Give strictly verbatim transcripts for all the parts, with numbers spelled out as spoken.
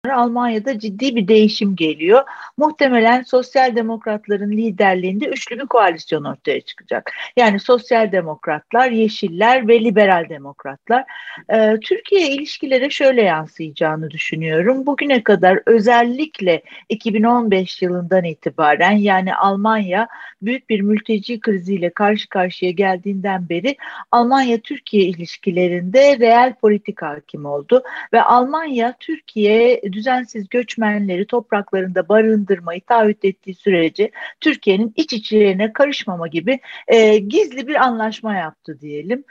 Almanya'da ciddi bir değişim geliyor. Muhtemelen sosyal demokratların liderliğinde üçlü bir koalisyon ortaya çıkacak. Yani sosyal demokratlar, yeşiller ve liberal demokratlar. Ee, Türkiye ilişkilere şöyle yansıyacağını düşünüyorum. Bugüne kadar özellikle iki bin on beş yılından itibaren, yani Almanya büyük bir mülteci kriziyle karşı karşıya geldiğinden beri Almanya-Türkiye ilişkilerinde reel politika hakim oldu ve Almanya Türkiye düzensiz göçmenleri topraklarında barındırmayı taahhüt ettiği sürece Türkiye'nin iç içlerine karışmama gibi e, gizli bir anlaşma yaptı diyelim.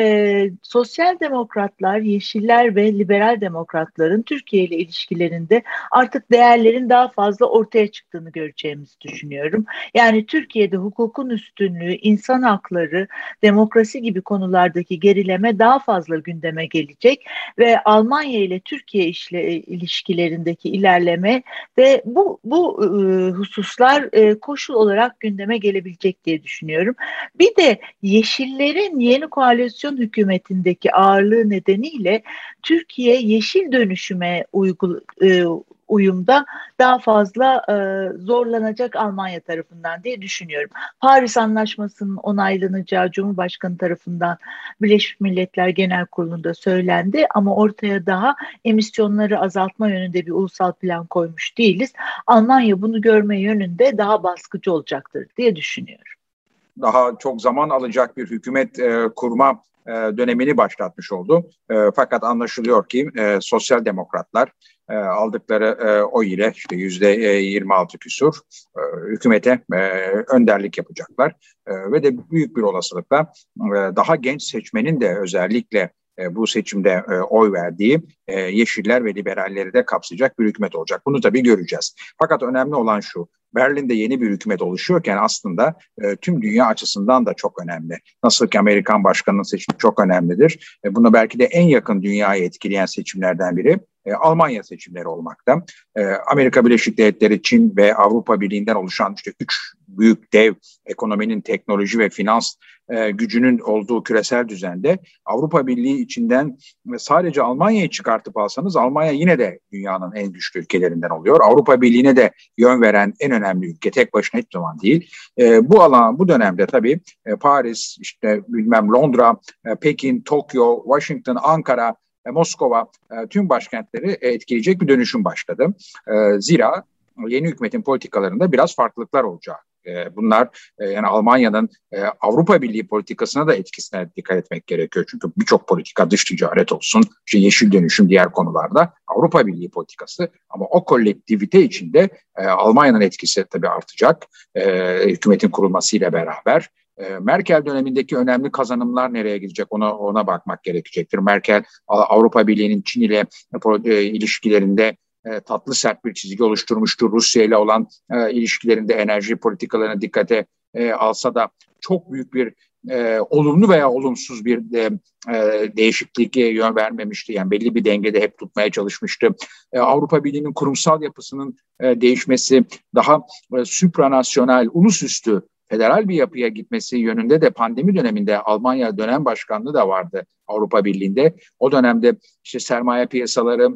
E, sosyal demokratlar, yeşiller ve liberal demokratların Türkiye ile ilişkilerinde artık değerlerin daha fazla ortaya çıktığını göreceğimizi düşünüyorum. Yani Türkiye'de hukukun üstünlüğü, insan hakları, demokrasi gibi konulardaki gerileme daha fazla gündeme gelecek ve Almanya ile Türkiye işle, ilişkilerindeki ilerleme de bu bu e, hususlar e, koşul olarak gündeme gelebilecek diye düşünüyorum. Bir de Yeşillerin yeni koalisyon hükümetindeki ağırlığı nedeniyle Türkiye yeşil dönüşüme uygul, e, uyumda daha fazla e, zorlanacak Almanya tarafından diye düşünüyorum. Paris Anlaşması'nın onaylanacağı Cumhurbaşkanı tarafından Birleşmiş Milletler Genel Kurulu'nda söylendi ama ortaya daha emisyonları azaltma yönünde bir ulusal plan koymuş değiliz. Almanya bunu görme yönünde daha baskıcı olacaktır diye düşünüyorum. Daha çok zaman alacak bir hükümet e, kurma e, dönemini başlatmış oldu. E, fakat anlaşılıyor ki e, sosyal demokratlar e, aldıkları e, oy ile işte yüzde yirmi altı küsur e, hükümete e, önderlik yapacaklar. E, ve de büyük bir olasılıkla e, daha genç seçmenin de özellikle e, bu seçimde e, oy verdiği e, yeşiller ve liberalleri de kapsayacak bir hükümet olacak. Bunu tabii göreceğiz. Fakat önemli olan şu: Berlin'de yeni bir hükümet oluşuyorken aslında e, tüm dünya açısından da çok önemli. Nasıl ki Amerikan başkanının seçimi çok önemlidir. E, bunu belki de en yakın dünyayı etkileyen seçimlerden biri e, Almanya seçimleri olmakta. E, Amerika Birleşik Devletleri, Çin ve Avrupa Birliği'nden oluşan işte üç büyük dev ekonominin, teknoloji ve finans e, gücünün olduğu küresel düzende Avrupa Birliği içinden sadece Almanya'yı çıkartıp alsanız Almanya yine de dünyanın en güçlü ülkelerinden oluyor. Avrupa Birliği'ne de yön veren en önemli ülke, tek başına hiçbir zaman değil. E, bu alan, bu dönemde tabii e, Paris, işte bilmem Londra, e, Pekin, Tokyo, Washington, Ankara, e, Moskova e, tüm başkentleri e, etkileyecek bir dönüşüm başladı. E, zira yeni hükümetin politikalarında biraz farklılıklar olacak. Bunlar yani Almanya'nın Avrupa Birliği politikasına da etkisine dikkat etmek gerekiyor. Çünkü birçok politika, dış ticaret olsun, işte yeşil dönüşüm, diğer konularda Avrupa Birliği politikası. Ama o kolektivite içinde Almanya'nın etkisi tabii artacak hükümetin kurulmasıyla beraber. Merkel dönemindeki önemli kazanımlar nereye gidecek, ona ona bakmak gerekecektir. Merkel Avrupa Birliği'nin Çin ile ilişkilerinde E, tatlı sert bir çizgi oluşturmuştur. Rusya ile olan e, ilişkilerinde enerji politikalarına dikkate e, alsa da çok büyük bir e, olumlu veya olumsuz bir de, e, değişikliğe yön vermemişti. Yani belli bir dengede hep tutmaya çalışmıştı. E, Avrupa Birliği'nin kurumsal yapısının e, değişmesi, daha e, supranasyonel, ulusüstü federal bir yapıya gitmesi yönünde de pandemi döneminde Almanya dönem başkanlığı da vardı Avrupa Birliği'nde. O dönemde işte sermaye piyasaları,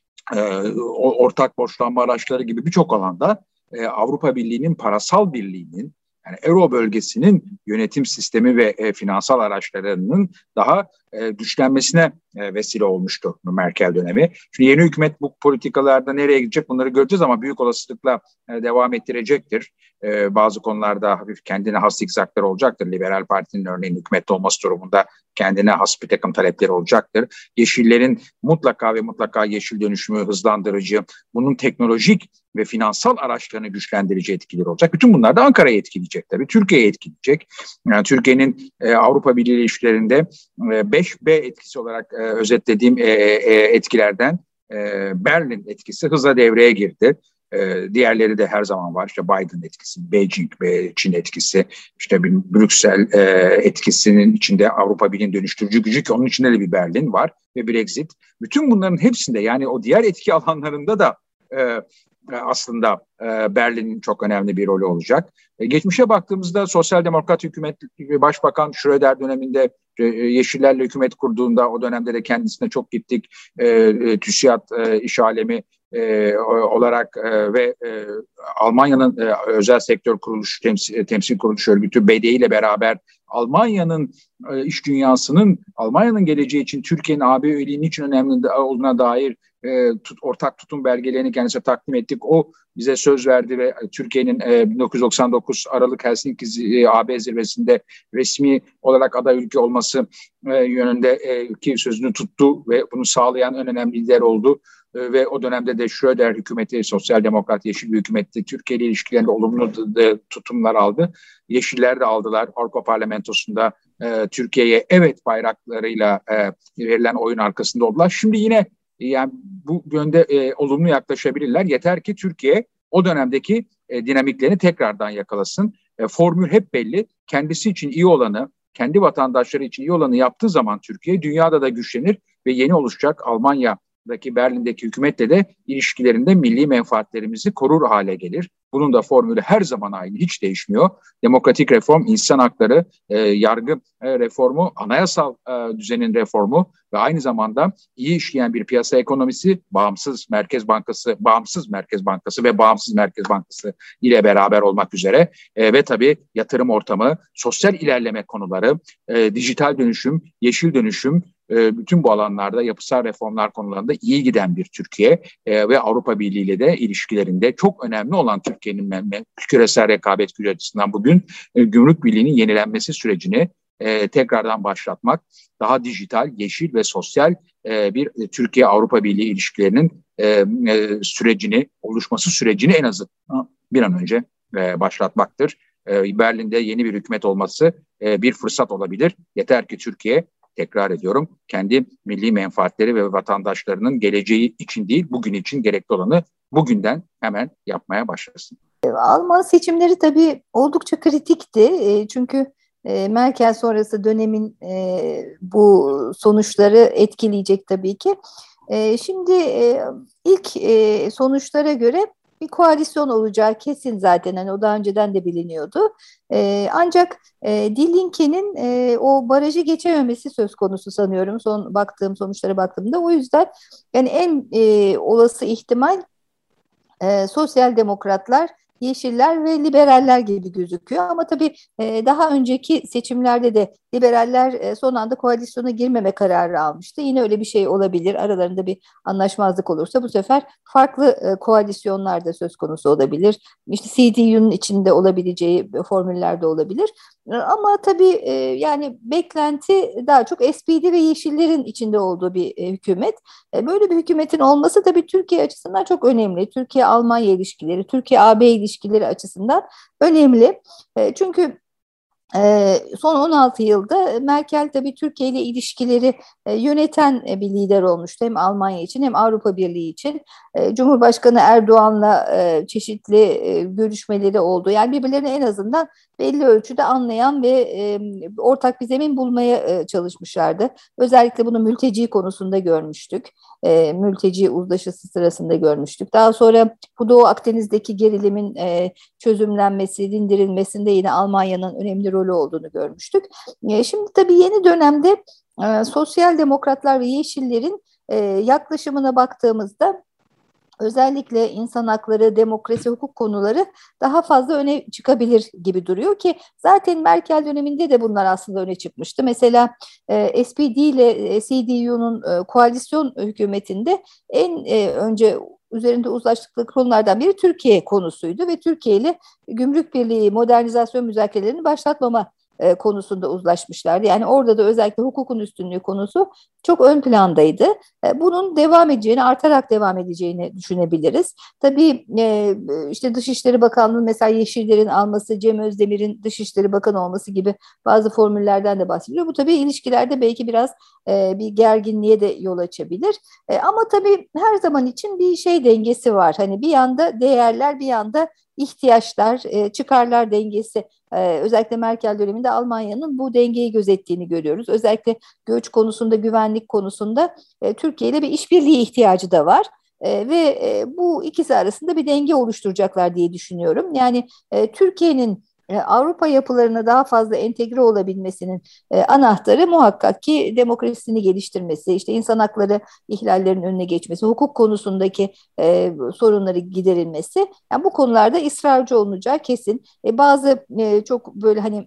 ortak borçlanma araçları gibi birçok alanda Avrupa Birliği'nin parasal birliğinin, yani Euro bölgesinin yönetim sistemi ve e, finansal araçlarının daha e, güçlenmesine e, vesile olmuştu Merkel dönemi. Şimdi yeni hükümet bu politikalarda nereye gidecek bunları göreceğiz ama büyük olasılıkla e, devam ettirecektir. E, bazı konularda hafif kendine has zikzaklar olacaktır. Liberal Parti'nin örneğin hükümette olması durumunda kendine has bir takım talepleri olacaktır. Yeşillerin mutlaka ve mutlaka yeşil dönüşümü hızlandırıcı, bunun teknolojik ve finansal araçlarını güçlendirici etkileri olacak. Bütün bunlar da Ankara'yı etkileyecek tabii. Türkiye'yi etkileyecek. Yani Türkiye'nin e, Avrupa Birliği ilişkilerinde e, beş B etkisi olarak e, özetlediğim e, e, etkilerden e, Berlin etkisi hızla devreye girdi. E, diğerleri de her zaman var. İşte Biden etkisi, Beijing ve Çin etkisi, işte bir Brüksel e, etkisinin içinde Avrupa Birliği'nin dönüştürücü gücü ki onun içinde de bir Berlin var ve Brexit. Bütün bunların hepsinde yani o diğer etki alanlarında da e, aslında e, Berlin'in çok önemli bir rolü olacak. E, geçmişe baktığımızda Sosyal Demokrat hükümet, Başbakan Schröder döneminde e, Yeşillerle hükümet kurduğunda o dönemde de kendisine çok gittik. E, e, TÜSİAD e, iş alemi e, olarak e, ve e, Almanya'nın e, özel sektör kuruluş temsil, temsil kuruluş örgütü B D I ile beraber Almanya'nın e, iş dünyasının Almanya'nın geleceği için Türkiye'nin A B üyeliğinin için önemli olduğuna dair e, tut, ortak tutum belgelerini kendisine takdim ettik. O bize söz verdi ve Türkiye'nin e, bin dokuz yüz doksan dokuz Aralık Helsinki e, A B zirvesinde resmi olarak aday ülke olması e, yönünde e, ki sözünü tuttu ve bunu sağlayan en önemli lider oldu. E, ve o dönemde de Schröder hükümeti, Sosyal Demokrat Yeşil bir hükümeti Türkiye ile ilişkilerinde olumlu de, tutumlar aldı. Yeşiller de aldılar. Avrupa Parlamentosu'nda e, Türkiye'ye evet bayraklarıyla e, verilen oyun arkasında oldular. Şimdi yine yani bu yönde e, olumlu yaklaşabilirler. Yeter ki Türkiye o dönemdeki e, dinamiklerini tekrardan yakalasın. E, formül hep belli. Kendisi için iyi olanı, kendi vatandaşları için iyi olanı yaptığı zaman Türkiye dünyada da güçlenir ve yeni oluşacak Almanya'daki Berlin'deki hükümetle de ilişkilerinde milli menfaatlerimizi korur hale gelir. Bunun da formülü her zaman aynı, hiç değişmiyor. Demokratik reform, insan hakları, e, yargı e, reformu, anayasal e, düzenin reformu ve aynı zamanda iyi işleyen bir piyasa ekonomisi, bağımsız Merkez Bankası, bağımsız Merkez Bankası ve bağımsız Merkez Bankası ile beraber olmak üzere e, ve tabii yatırım ortamı, sosyal ilerleme konuları, e, dijital dönüşüm, yeşil dönüşüm, bütün bu alanlarda yapısal reformlar konularında iyi giden bir Türkiye e, ve Avrupa Birliği ile de ilişkilerinde çok önemli olan Türkiye'nin küresel rekabet gücü açısından bugün e, Gümrük Birliği'nin yenilenmesi sürecini e, tekrardan başlatmak, daha dijital, yeşil ve sosyal e, bir e, Türkiye-Avrupa Birliği ilişkilerinin e, e, sürecini, oluşması sürecini en azından bir an önce e, başlatmaktır. E, Berlin'de yeni bir hükümet olması e, bir fırsat olabilir. Yeter ki Türkiye, tekrar ediyorum, kendi milli menfaatleri ve vatandaşlarının geleceği için değil, bugün için gerekli olanı bugünden hemen yapmaya başlasın. Alman seçimleri tabii oldukça kritikti. Çünkü Merkel sonrası dönemin bu sonuçları etkileyecek tabii ki. Şimdi ilk sonuçlara göre bir koalisyon olacağı kesin zaten. Yani o daha önceden de biliniyordu. Ee, ancak e, Die Linke'nin e, o barajı geçememesi söz konusu sanıyorum. Son baktığım sonuçlara baktığımda. O yüzden yani en e, olası ihtimal e, sosyal demokratlar, yeşiller ve liberaller gibi gözüküyor. Ama tabii e, daha önceki seçimlerde de liberaller e, son anda koalisyona girmeme kararı almıştı. Yine öyle bir şey olabilir. Aralarında bir anlaşmazlık olursa bu sefer farklı e, koalisyonlar da söz konusu olabilir. İşte C D U'nun içinde olabileceği formüller de olabilir. E, ama tabii e, yani beklenti daha çok S P D ve yeşillerin içinde olduğu bir e, hükümet. E, böyle bir hükümetin olması tabii Türkiye açısından çok önemli. Türkiye-Almanya ilişkileri, Türkiye-A B ilişkileri açısından önemli. E, çünkü e, son on altı yılda Merkel tabii Türkiye ile ilişkileri e, yöneten e, bir lider olmuştu. Hem Almanya için hem Avrupa Birliği için. E, Cumhurbaşkanı Erdoğan'la e, çeşitli e, görüşmeleri oldu. Yani birbirlerini en azından belli ölçüde anlayan ve e, ortak bir zemin bulmaya e, çalışmışlardı. Özellikle bunu mülteci konusunda görmüştük. E, mülteci uzlaşısı sırasında görmüştük. Daha sonra bu Doğu Akdeniz'deki gerilimin e, çözümlenmesi, dindirilmesinde yine Almanya'nın önemli rolü olduğunu görmüştük. E, şimdi tabii yeni dönemde e, sosyal demokratlar ve yeşillerin e, yaklaşımına baktığımızda özellikle insan hakları, demokrasi, hukuk konuları daha fazla öne çıkabilir gibi duruyor ki zaten Merkel döneminde de bunlar aslında öne çıkmıştı. Mesela e, S P D ile e, C D U'nun e, koalisyon hükümetinde en e, önce üzerinde uzlaştıkları konulardan biri Türkiye konusuydu ve Türkiye ile Gümrük Birliği modernizasyon müzakerelerini başlatmama e, konusunda uzlaşmışlardı. Yani orada da özellikle hukukun üstünlüğü konusu çok ön plandaydı. E, bunun devam edeceğini, artarak devam edeceğini düşünebiliriz. Tabii e, işte Dışişleri Bakanlığı mesela Yeşillerin alması, Cem Özdemir'in Dışişleri Bakanı olması gibi bazı formüllerden de bahsediliyor. Bu tabii ilişkilerde belki biraz e, bir gerginliğe de yol açabilir. E, ama tabii her zaman için bir şey dengesi var. Hani bir yanda değerler, bir yanda ihtiyaçlar, e, çıkarlar dengesi. Ee, özellikle Merkel döneminde Almanya'nın bu dengeyi gözettiğini görüyoruz. Özellikle göç konusunda, güvenlik konusunda e, Türkiye ile bir işbirliği ihtiyacı da var. E, ve e, bu ikisi arasında bir denge oluşturacaklar diye düşünüyorum. Yani e, Türkiye'nin Avrupa yapılarına daha fazla entegre olabilmesinin e, anahtarı muhakkak ki demokrasisini geliştirmesi, işte insan hakları ihlallerinin önüne geçmesi, hukuk konusundaki e, sorunları giderilmesi. Yani bu konularda ısrarcı olunacağı kesin. E, bazı e, çok böyle hani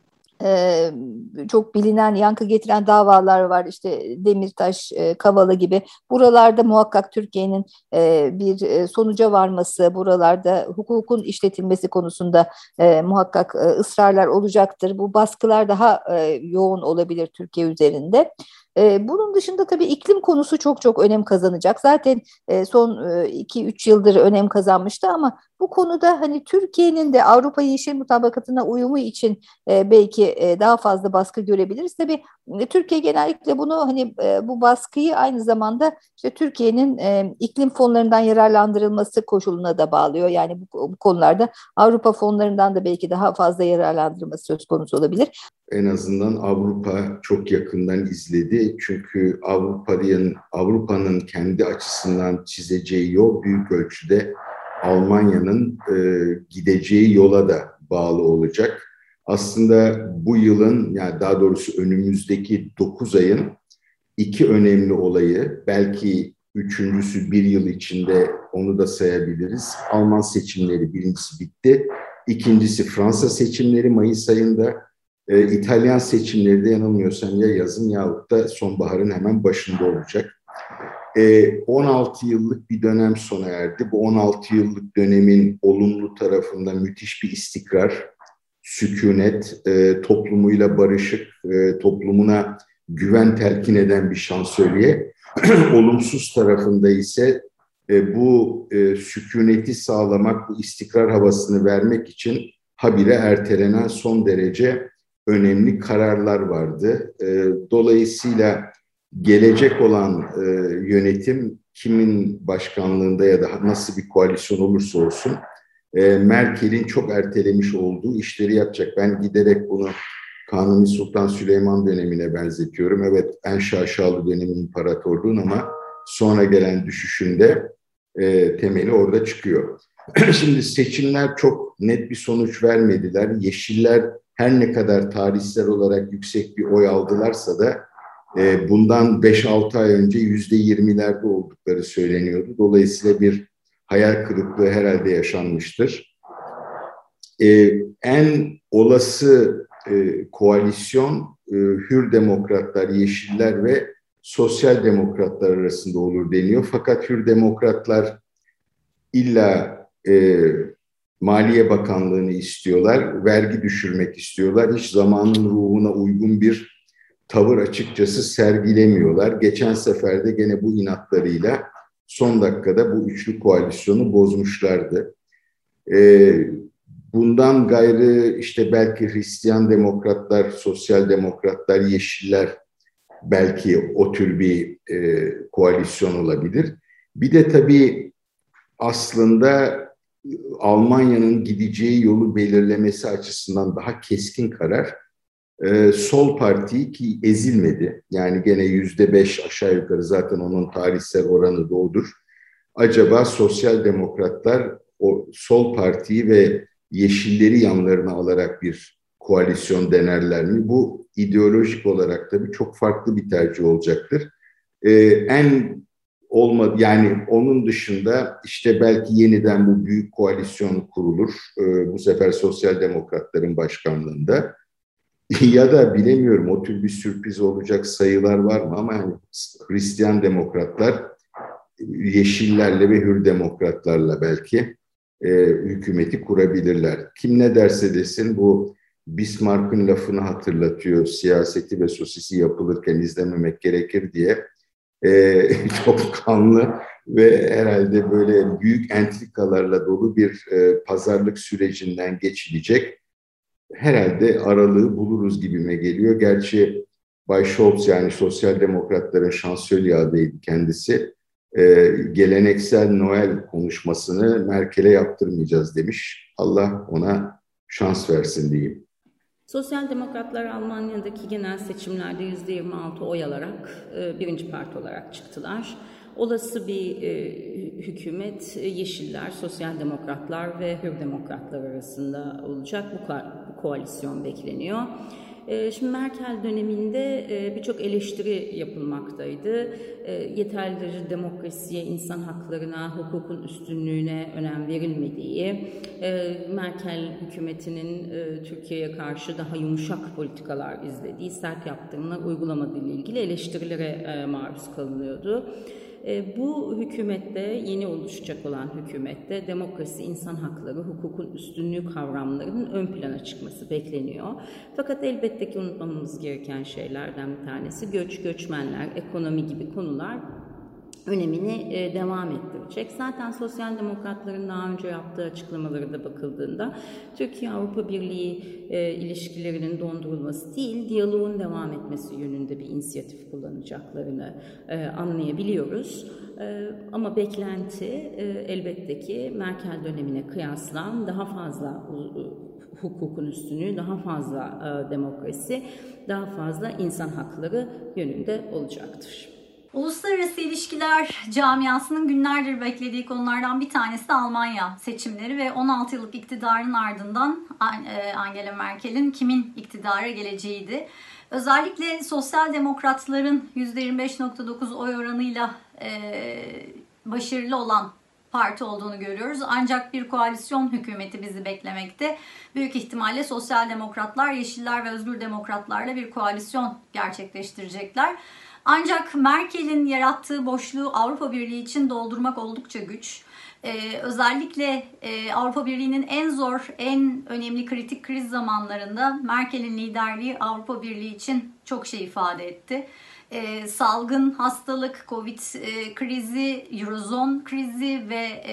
Ee, çok bilinen, yankı getiren davalar var. İşte Demirtaş, e, Kavala gibi. Buralarda muhakkak Türkiye'nin e, bir e, sonuca varması, buralarda hukukun işletilmesi konusunda e, muhakkak e, ısrarlar olacaktır. Bu baskılar daha e, yoğun olabilir Türkiye üzerinde. E, bunun dışında tabii iklim konusu çok çok önem kazanacak. Zaten e, son iki üç yıldır önem kazanmıştı ama bu konuda hani Türkiye'nin de Avrupa Yeşil Mutabakatı'na uyumu için e, belki e, daha fazla baskı görebiliriz. Tabii e, Türkiye genellikle bunu hani e, bu baskıyı aynı zamanda işte Türkiye'nin e, iklim fonlarından yararlandırılması koşuluna da bağlıyor. Yani bu, bu konularda Avrupa fonlarından da belki daha fazla yararlandırılması söz konusu olabilir. En azından Avrupa çok yakından izledi. Çünkü Avrupa'nın Avrupa'nın kendi açısından çizeceği yol büyük ölçüde Almanya'nın e, gideceği yola da bağlı olacak. Aslında bu yılın, yani daha doğrusu önümüzdeki dokuz ayın iki önemli olayı, belki üçüncüsü bir yıl içinde, onu da sayabiliriz. Alman seçimleri birincisi bitti. İkincisi Fransa seçimleri Mayıs ayında. E, İtalyan seçimleri de yanılmıyorsam ya yazın yahut da sonbaharın hemen başında olacak. E, on altı yıllık bir dönem sona erdi. Bu on altı yıllık dönemin olumlu tarafında müthiş bir istikrar, sükunet, e, toplumuyla barışık, e, toplumuna güven telkin eden bir şansölye. Olumsuz tarafında ise e, bu e, sükuneti sağlamak, bu istikrar havasını vermek için habire ertelenen son derece önemli kararlar vardı. E, dolayısıyla gelecek olan e, yönetim kimin başkanlığında ya da nasıl bir koalisyon olursa olsun e, Merkel'in çok ertelemiş olduğu işleri yapacak. Ben giderek bunu Kanuni Sultan Süleyman dönemine benzetiyorum. Evet, en şaşalı dönemi imparatorluğun ama sonra gelen düşüşünde e, temeli orada çıkıyor. Şimdi seçimler çok net bir sonuç vermediler. Yeşiller her ne kadar tarihsel olarak yüksek bir oy aldılarsa da e, bundan beş altı ay önce yüzde yirmilerde oldukları söyleniyordu. Dolayısıyla bir hayal kırıklığı herhalde yaşanmıştır. E, en olası e, koalisyon e, Hür Demokratlar, Yeşiller ve Sosyal Demokratlar arasında olur deniyor. Fakat Hür Demokratlar illa e, Maliye Bakanlığı'nı istiyorlar, vergi düşürmek istiyorlar. Hiç zamanın ruhuna uygun bir tavır açıkçası sergilemiyorlar. Geçen sefer de gene bu inatlarıyla son dakikada bu üçlü koalisyonu bozmuşlardı. Ee, bundan gayrı işte belki Hristiyan Demokratlar, Sosyal Demokratlar, Yeşiller belki o tür bir e, koalisyon olabilir. Bir de tabii aslında Almanya'nın gideceği yolu belirlemesi açısından daha keskin karar e, Sol Parti, ki ezilmedi. Yani gene yüzde beş aşağı yukarı zaten onun tarihsel oranı da odur. Acaba Sosyal Demokratlar o Sol Parti'yi ve Yeşilleri yanlarına alarak bir koalisyon denerler mi? Bu ideolojik olarak tabii çok farklı bir tercih olacaktır. E, en olmadı yani onun dışında işte belki yeniden bu büyük koalisyon kurulur. Ee, bu sefer Sosyal Demokratların başkanlığında. Ya da bilemiyorum, o tür bir sürpriz olacak sayılar var mı ama yani Hristiyan Demokratlar Yeşillerle ve Hür Demokratlarla belki e, hükümeti kurabilirler. Kim ne derse desin bu Bismarck'ın lafını hatırlatıyor. Siyaseti ve sosisi yapılırken izlememek gerekir diye. Ee, çok kanlı ve herhalde böyle büyük entrikalarla dolu bir e, pazarlık sürecinden geçilecek. Herhalde aralığı buluruz gibime geliyor. Gerçi Bay Scholz, yani Sosyal Demokratların şansölye adayıydı kendisi. E, geleneksel Noel konuşmasını Merkel'e yaptırmayacağız demiş. Allah ona şans versin diyeyim. Sosyal Demokratlar Almanya'daki genel seçimlerde yüzde yirmi altı oy alarak birinci parti olarak çıktılar. Olası bir e, hükümet Yeşiller, Sosyal Demokratlar ve Hür Demokratlar arasında olacak. Bu, bu koalisyon bekleniyor. E, şimdi Merkel döneminde e, birçok eleştiri yapılmaktaydı. E, yeterli derece demokrasiye, insan haklarına, hukukun üstünlüğüne önem verilmediği, e, Merkel hükümetinin e, Türkiye'ye karşı daha yumuşak politikalar izlediği, sert yaptırımlar uygulamadığı ile ilgili eleştirilere e, maruz kalınıyordu. Bu hükümette, yeni oluşacak olan hükümette demokrasi, insan hakları, hukukun üstünlüğü kavramlarının ön plana çıkması bekleniyor. Fakat elbette ki unutmamamız gereken şeylerden bir tanesi göç, göçmenler, ekonomi gibi konular önemini e, devam ettirecek. Zaten sosyal demokratların daha önce yaptığı açıklamaları da bakıldığında Türkiye-Avrupa Birliği e, ilişkilerinin dondurulması değil, diyaloğun devam etmesi yönünde bir inisiyatif kullanacaklarını e, anlayabiliyoruz. E, ama beklenti e, elbette ki Merkel dönemine kıyasla daha fazla e, hukukun üstünlüğü, daha fazla e, demokrasi, daha fazla insan hakları yönünde olacaktır. Uluslararası ilişkiler camiasının günlerdir beklediği konulardan bir tanesi de Almanya seçimleri ve on altı yıllık iktidarın ardından Angela Merkel'in kimin iktidara geleceğiydi. Özellikle sosyal demokratların yüzde yirmi beş virgül dokuz oy oranıyla başarılı olan parti olduğunu görüyoruz. Ancak bir koalisyon hükümeti bizi beklemekte. Büyük ihtimalle sosyal demokratlar, yeşiller ve özgür demokratlarla bir koalisyon gerçekleştirecekler. Ancak Merkel'in yarattığı boşluğu Avrupa Birliği için doldurmak oldukça güç. Ee, özellikle e, Avrupa Birliği'nin en zor, en önemli kritik kriz zamanlarında Merkel'in liderliği Avrupa Birliği için çok şey ifade etti. Ee, salgın, hastalık, Covid e, krizi, Eurozone krizi ve e,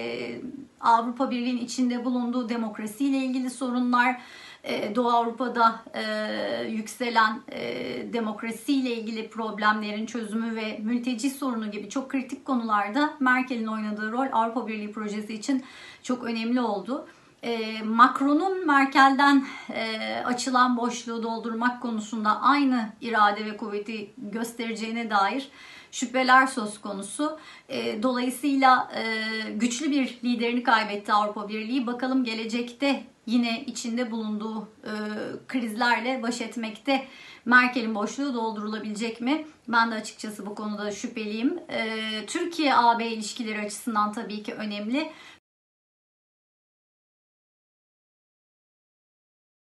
Avrupa Birliği'nin içinde bulunduğu demokrasiyle ilgili sorunlar, Doğu Avrupa'da e, yükselen e, demokrasiyle ilgili problemlerin çözümü ve mülteci sorunu gibi çok kritik konularda Merkel'in oynadığı rol Avrupa Birliği projesi için çok önemli oldu. E, Macron'un Merkel'den e, açılan boşluğu doldurmak konusunda aynı irade ve kuvveti göstereceğine dair şüpheler söz konusu. E, dolayısıyla e, güçlü bir liderini kaybetti Avrupa Birliği. Bakalım gelecekte yine içinde bulunduğu e, krizlerle baş etmekte Merkel'in boşluğu doldurulabilecek mi? Ben de açıkçası bu konuda şüpheliyim. E, Türkiye-A B ilişkileri açısından tabii ki önemli.